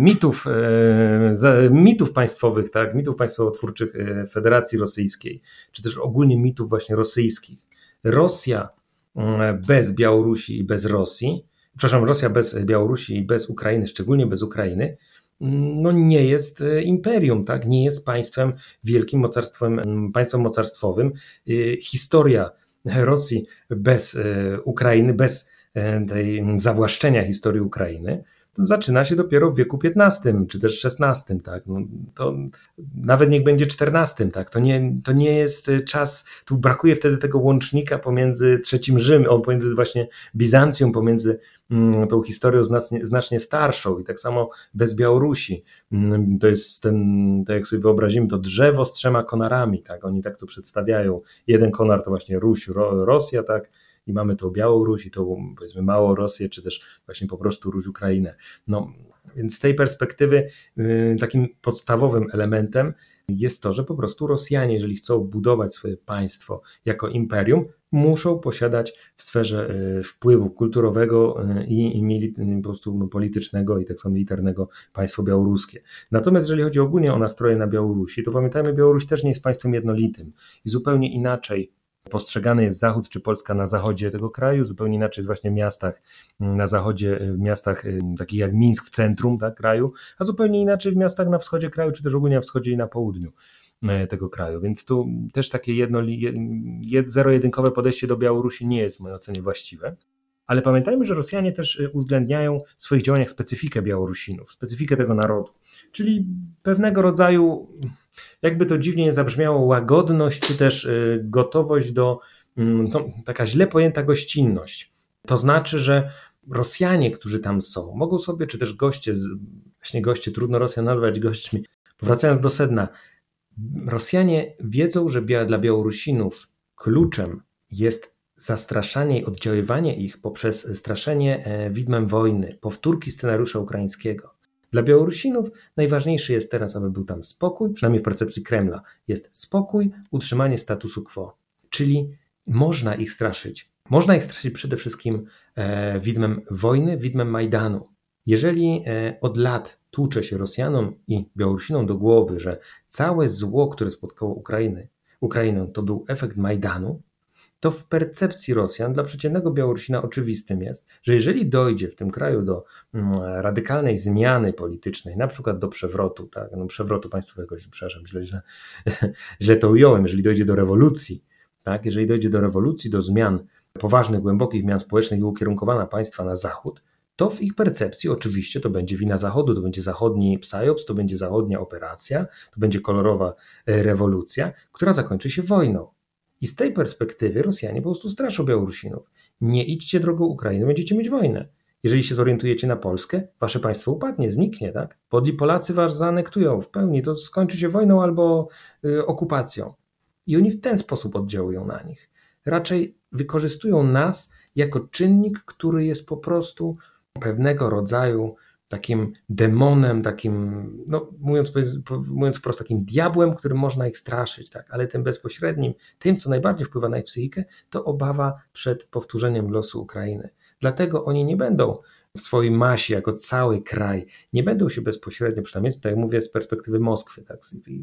mitów państwowych, tak, mitów państwotwórczych Federacji Rosyjskiej, czy też ogólnie mitów właśnie rosyjskich. Rosja bez Białorusi i bez Rosja bez Białorusi i bez Ukrainy, szczególnie bez Ukrainy, no nie jest imperium, tak? Nie jest państwem, wielkim państwem mocarstwowym. Historia Rosji bez Ukrainy, bez tej zawłaszczenia historii Ukrainy, to zaczyna się dopiero w wieku XV czy też XVI, tak? No, to nawet niech będzie XIV, tak? To nie jest czas, tu brakuje wtedy tego łącznika pomiędzy III Rzymem, pomiędzy właśnie Bizancjum, pomiędzy tą historią znacznie starszą i tak samo bez Białorusi. To jest tak jak sobie wyobrazimy, to drzewo z 3 konarami, tak? Oni tak to przedstawiają. Jeden konar to właśnie Rosja, tak? I mamy tą Białoruś i tą powiedzmy małą Rosję, czy też właśnie po prostu Ruś Ukrainę. No, więc z tej perspektywy takim podstawowym elementem jest to, że po prostu Rosjanie, jeżeli chcą budować swoje państwo jako imperium, muszą posiadać w sferze wpływu kulturowego i mieli po prostu politycznego i tak samo militarnego państwo białoruskie. Natomiast jeżeli chodzi ogólnie o nastroje na Białorusi, to pamiętajmy, Białoruś też nie jest państwem jednolitym i zupełnie inaczej postrzegany jest Zachód czy Polska na zachodzie tego kraju, zupełnie inaczej jest właśnie w miastach na zachodzie, w miastach takich jak Mińsk w centrum, tak, kraju, a zupełnie inaczej w miastach na wschodzie kraju, czy też ogólnie na wschodzie i na południu tego kraju. Więc tu też takie zero-jedynkowe podejście do Białorusi nie jest w mojej ocenie właściwe. Ale pamiętajmy, że Rosjanie też uwzględniają w swoich działaniach specyfikę Białorusinów, specyfikę tego narodu, czyli pewnego rodzaju, jakby to dziwnie nie zabrzmiało, łagodność, czy też gotowość do, taka źle pojęta gościnność. To znaczy, że Rosjanie, którzy tam są, mogą sobie, czy też goście, trudno Rosjan nazwać gośćmi, powracając do sedna, Rosjanie wiedzą, że dla Białorusinów kluczem jest zastraszanie i oddziaływanie ich poprzez straszenie widmem wojny, powtórki scenariusza ukraińskiego. Dla Białorusinów najważniejszy jest teraz, aby był tam spokój, przynajmniej w percepcji Kremla, jest spokój, utrzymanie statusu quo. Czyli można ich straszyć. Można ich straszyć przede wszystkim widmem wojny, widmem Majdanu. Jeżeli od lat tłucze się Rosjanom i Białorusinom do głowy, że całe zło, które spotkało Ukrainę, to był efekt Majdanu, to w percepcji Rosjan dla przeciętnego Białorusina oczywistym jest, że jeżeli dojdzie w tym kraju do radykalnej zmiany politycznej, na przykład do przewrotu, tak, przewrotu państwowego, przepraszam, źle to ująłem, jeżeli dojdzie do rewolucji, tak, jeżeli dojdzie do rewolucji, do zmian, poważnych, głębokich zmian społecznych i ukierunkowana państwa na zachód, to w ich percepcji oczywiście to będzie wina Zachodu, to będzie zachodni psyops, to będzie zachodnia operacja, to będzie kolorowa rewolucja, która zakończy się wojną. I z tej perspektywy Rosjanie po prostu straszą Białorusinów. Nie idźcie drogą Ukrainy, będziecie mieć wojnę. Jeżeli się zorientujecie na Polskę, wasze państwo upadnie, zniknie, tak? Podli Polacy was zaanektują w pełni, to skończy się wojną albo okupacją. I oni w ten sposób oddziałują na nich. Raczej wykorzystują nas jako czynnik, który jest po prostu pewnego rodzaju takim demonem, takim, no mówiąc wprost, takim diabłem, którym można ich straszyć, tak? Ale tym bezpośrednim, tym, co najbardziej wpływa na ich psychikę, to obawa przed powtórzeniem losu Ukrainy. Dlatego oni nie będą w swojej masie, jako cały kraj, nie będą się bezpośrednio, przynajmniej tutaj mówię z perspektywy Moskwy, tak?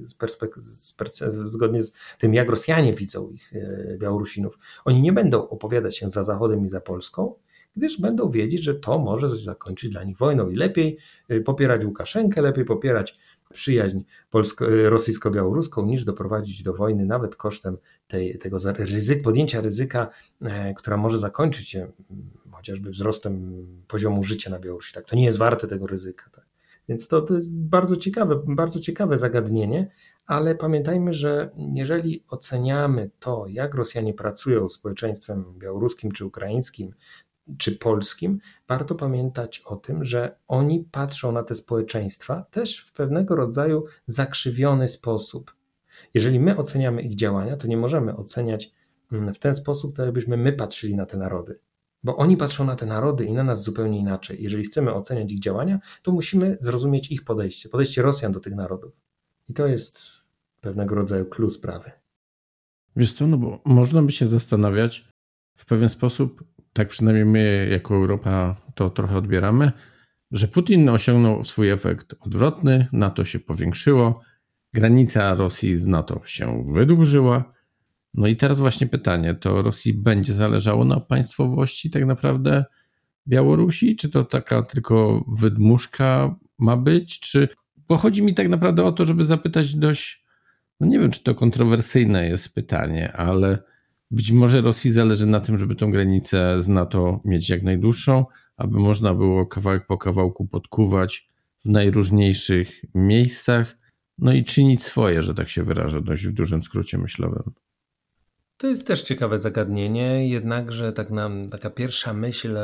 Zgodnie z tym, jak Rosjanie widzą ich Białorusinów, oni nie będą opowiadać się za Zachodem i za Polską, gdyż będą wiedzieć, że to może zakończyć dla nich wojną i lepiej popierać Łukaszenkę, lepiej popierać przyjaźń rosyjsko-białoruską, niż doprowadzić do wojny nawet kosztem podjęcia ryzyka, która może zakończyć się chociażby wzrostem poziomu życia na Białorusi. Tak? To nie jest warte tego ryzyka. Tak? Więc to jest bardzo ciekawe zagadnienie, ale pamiętajmy, że jeżeli oceniamy to, jak Rosjanie pracują z społeczeństwem białoruskim czy ukraińskim, czy polskim, warto pamiętać o tym, że oni patrzą na te społeczeństwa też w pewnego rodzaju zakrzywiony sposób. Jeżeli my oceniamy ich działania, to nie możemy oceniać w ten sposób, tak jakbyśmy my patrzyli na te narody. Bo oni patrzą na te narody i na nas zupełnie inaczej. Jeżeli chcemy oceniać ich działania, to musimy zrozumieć ich podejście Rosjan do tych narodów. I to jest pewnego rodzaju clue sprawy. Wiesz co, no bo można by się zastanawiać w pewien sposób, tak przynajmniej my jako Europa to trochę odbieramy, że Putin osiągnął swój efekt odwrotny, NATO się powiększyło, granica Rosji z NATO się wydłużyła. No i teraz właśnie pytanie, to Rosji będzie zależało na państwowości tak naprawdę Białorusi? Czy to taka tylko wydmuszka ma być? Bo chodzi mi tak naprawdę o to, żeby zapytać dość, no nie wiem, czy to kontrowersyjne jest pytanie, ale być może Rosji zależy na tym, żeby tą granicę z NATO mieć jak najdłuższą, aby można było kawałek po kawałku podkuwać w najróżniejszych miejscach, no i czynić swoje, że tak się wyrażę, dość w dużym skrócie myślowym. To jest też ciekawe zagadnienie, jednakże taka pierwsza myśl,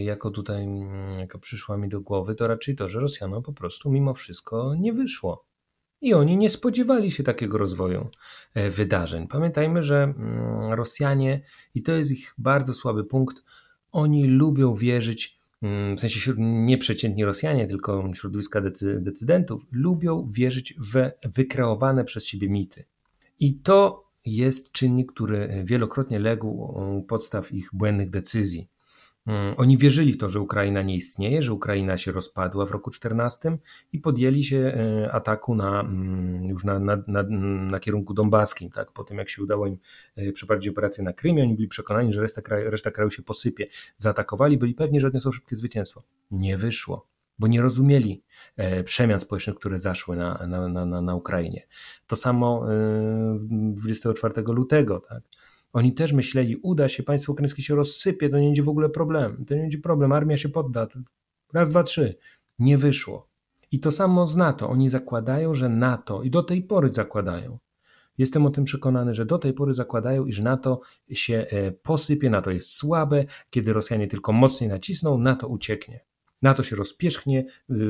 jaka przyszła mi do głowy, to raczej to, że Rosjanom po prostu mimo wszystko nie wyszło. I oni nie spodziewali się takiego rozwoju wydarzeń. Pamiętajmy, że Rosjanie, i to jest ich bardzo słaby punkt, oni lubią wierzyć, w sensie nie przeciętni Rosjanie, tylko środowiska decydentów, lubią wierzyć w wykreowane przez siebie mity. I to jest czynnik, który wielokrotnie legł u podstaw ich błędnych decyzji. Oni wierzyli w to, że Ukraina nie istnieje, że Ukraina się rozpadła w roku 2014 i podjęli się ataku już na kierunku donbaskim. Tak? Po tym, jak się udało im przeprowadzić operację na Krymie, oni byli przekonani, że reszta kraju się posypie. Zaatakowali, byli pewni, że odniosą szybkie zwycięstwo. Nie wyszło, bo nie rozumieli przemian społecznych, które zaszły na Ukrainie. To samo 24 lutego, tak? Oni też myśleli, uda się, państwo ukraińskie się rozsypie, to nie będzie w ogóle problem. To nie będzie problem, armia się podda. Raz, dwa, trzy. Nie wyszło. I to samo z NATO. Oni zakładają, że NATO, i do tej pory zakładają, jestem o tym przekonany, że do tej pory zakładają, iż NATO się posypie, NATO jest słabe, kiedy Rosjanie tylko mocniej nacisną, NATO ucieknie. NATO się rozpierzchnie,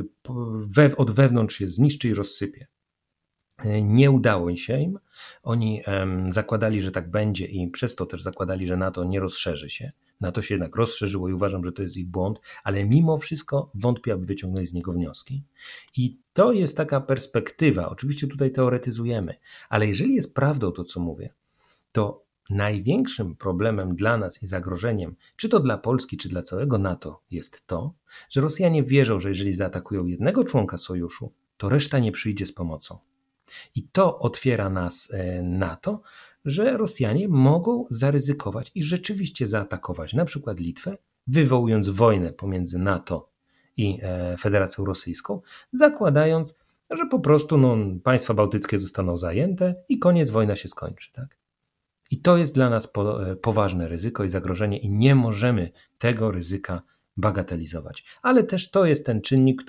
od wewnątrz się zniszczy i rozsypie. Nie udało się im. Oni zakładali, że tak będzie i przez to też zakładali, że NATO nie rozszerzy się. NATO się jednak rozszerzyło i uważam, że to jest ich błąd, ale mimo wszystko wątpię, aby wyciągnąć z niego wnioski. I to jest taka perspektywa, oczywiście tutaj teoretyzujemy, ale jeżeli jest prawdą to, co mówię, to największym problemem dla nas i zagrożeniem, czy to dla Polski, czy dla całego NATO, jest to, że Rosjanie wierzą, że jeżeli zaatakują jednego członka sojuszu, to reszta nie przyjdzie z pomocą. I to otwiera nas na to, że Rosjanie mogą zaryzykować i rzeczywiście zaatakować na przykład Litwę, wywołując wojnę pomiędzy NATO i Federacją Rosyjską, zakładając, że po prostu państwa bałtyckie zostaną zajęte i koniec, wojna się skończy. Tak? I to jest dla nas poważne ryzyko i zagrożenie i nie możemy tego ryzyka bagatelizować. Ale też to jest ten czynnik,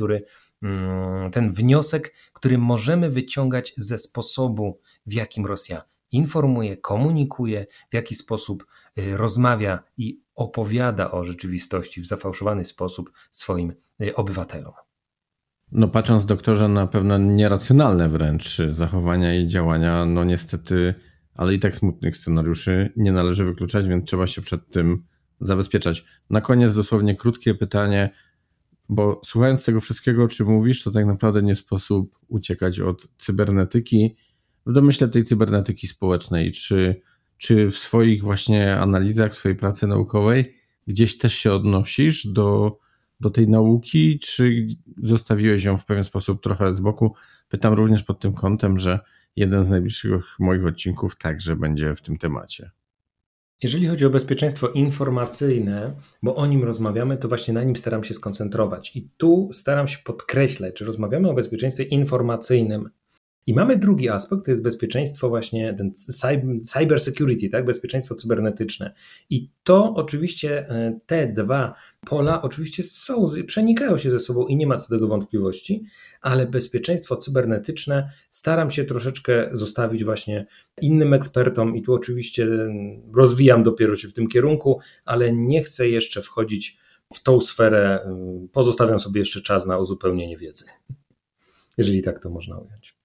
ten wniosek, który możemy wyciągać ze sposobu, w jakim Rosja informuje, komunikuje, w jaki sposób rozmawia i opowiada o rzeczywistości w zafałszowany sposób swoim obywatelom. No patrząc, doktorze, na pewne nieracjonalne wręcz zachowania i działania, no niestety, ale i tak smutnych scenariuszy nie należy wykluczać, więc trzeba się przed tym zabezpieczać. Na koniec dosłownie krótkie pytanie, bo słuchając tego wszystkiego, o czym mówisz, to tak naprawdę nie sposób uciekać od cybernetyki, w domyśle tej cybernetyki społecznej. Czy w swoich właśnie analizach, w swojej pracy naukowej gdzieś też się odnosisz do tej nauki, czy zostawiłeś ją w pewien sposób trochę z boku? Pytam również pod tym kątem, że jeden z najbliższych moich odcinków także będzie w tym temacie. Jeżeli chodzi o bezpieczeństwo informacyjne, bo o nim rozmawiamy, to właśnie na nim staram się skoncentrować. I tu staram się podkreślać, że rozmawiamy o bezpieczeństwie informacyjnym. I mamy drugi aspekt, to jest bezpieczeństwo właśnie, ten cyber security, tak? Bezpieczeństwo cybernetyczne. I to oczywiście, te dwa pola oczywiście przenikają się ze sobą i nie ma co do tego wątpliwości, ale bezpieczeństwo cybernetyczne staram się troszeczkę zostawić właśnie innym ekspertom i tu oczywiście rozwijam dopiero się w tym kierunku, ale nie chcę jeszcze wchodzić w tą sferę, pozostawiam sobie jeszcze czas na uzupełnienie wiedzy, jeżeli tak to można ująć.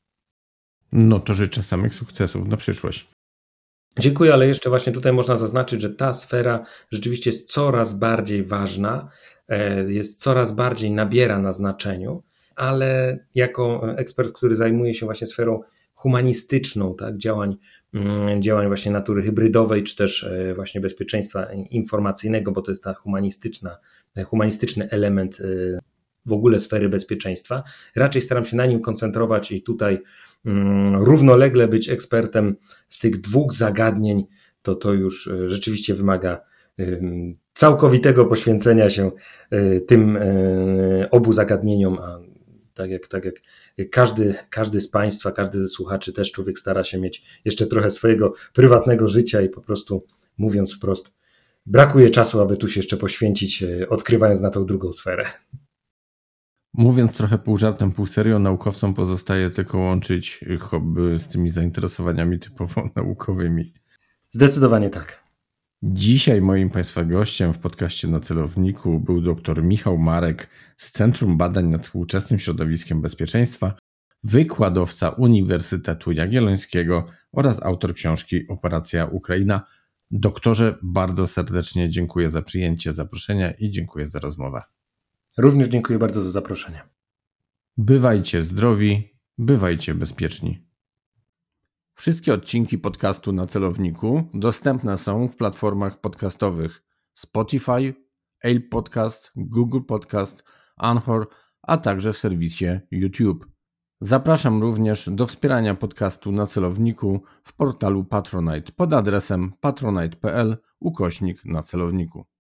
No to życzę samych sukcesów na przyszłość. Dziękuję, ale jeszcze właśnie tutaj można zaznaczyć, że ta sfera rzeczywiście jest coraz bardziej ważna, jest coraz bardziej nabiera na znaczeniu, ale jako ekspert, który zajmuje się właśnie sferą humanistyczną, tak, działań właśnie natury hybrydowej, czy też właśnie bezpieczeństwa informacyjnego, bo to jest ta humanistyczny element w ogóle sfery bezpieczeństwa. Raczej staram się na nim koncentrować i tutaj równolegle być ekspertem z tych dwóch zagadnień, to już rzeczywiście wymaga całkowitego poświęcenia się tym obu zagadnieniom, a tak jak każdy z Państwa, każdy ze słuchaczy, też człowiek stara się mieć jeszcze trochę swojego prywatnego życia i po prostu, mówiąc wprost, brakuje czasu, aby tu się jeszcze poświęcić, odkrywając na tą drugą sferę. Mówiąc trochę pół żartem, pół serio, naukowcom pozostaje tylko łączyć hobby z tymi zainteresowaniami typowo naukowymi. Zdecydowanie tak. Dzisiaj moim Państwa gościem w podcaście Na Celowniku był dr Michał Marek z Centrum Badań nad Współczesnym Środowiskiem Bezpieczeństwa, wykładowca Uniwersytetu Jagiellońskiego oraz autor książki Operacja Ukraina. Doktorze, bardzo serdecznie dziękuję za przyjęcie zaproszenia i dziękuję za rozmowę. Również dziękuję bardzo za zaproszenie. Bywajcie zdrowi, bywajcie bezpieczni. Wszystkie odcinki podcastu Na Celowniku dostępne są w platformach podcastowych Spotify, Apple Podcast, Google Podcast, Anchor, a także w serwisie YouTube. Zapraszam również do wspierania podcastu Na Celowniku w portalu Patronite pod adresem patronite.pl/Na Celowniku.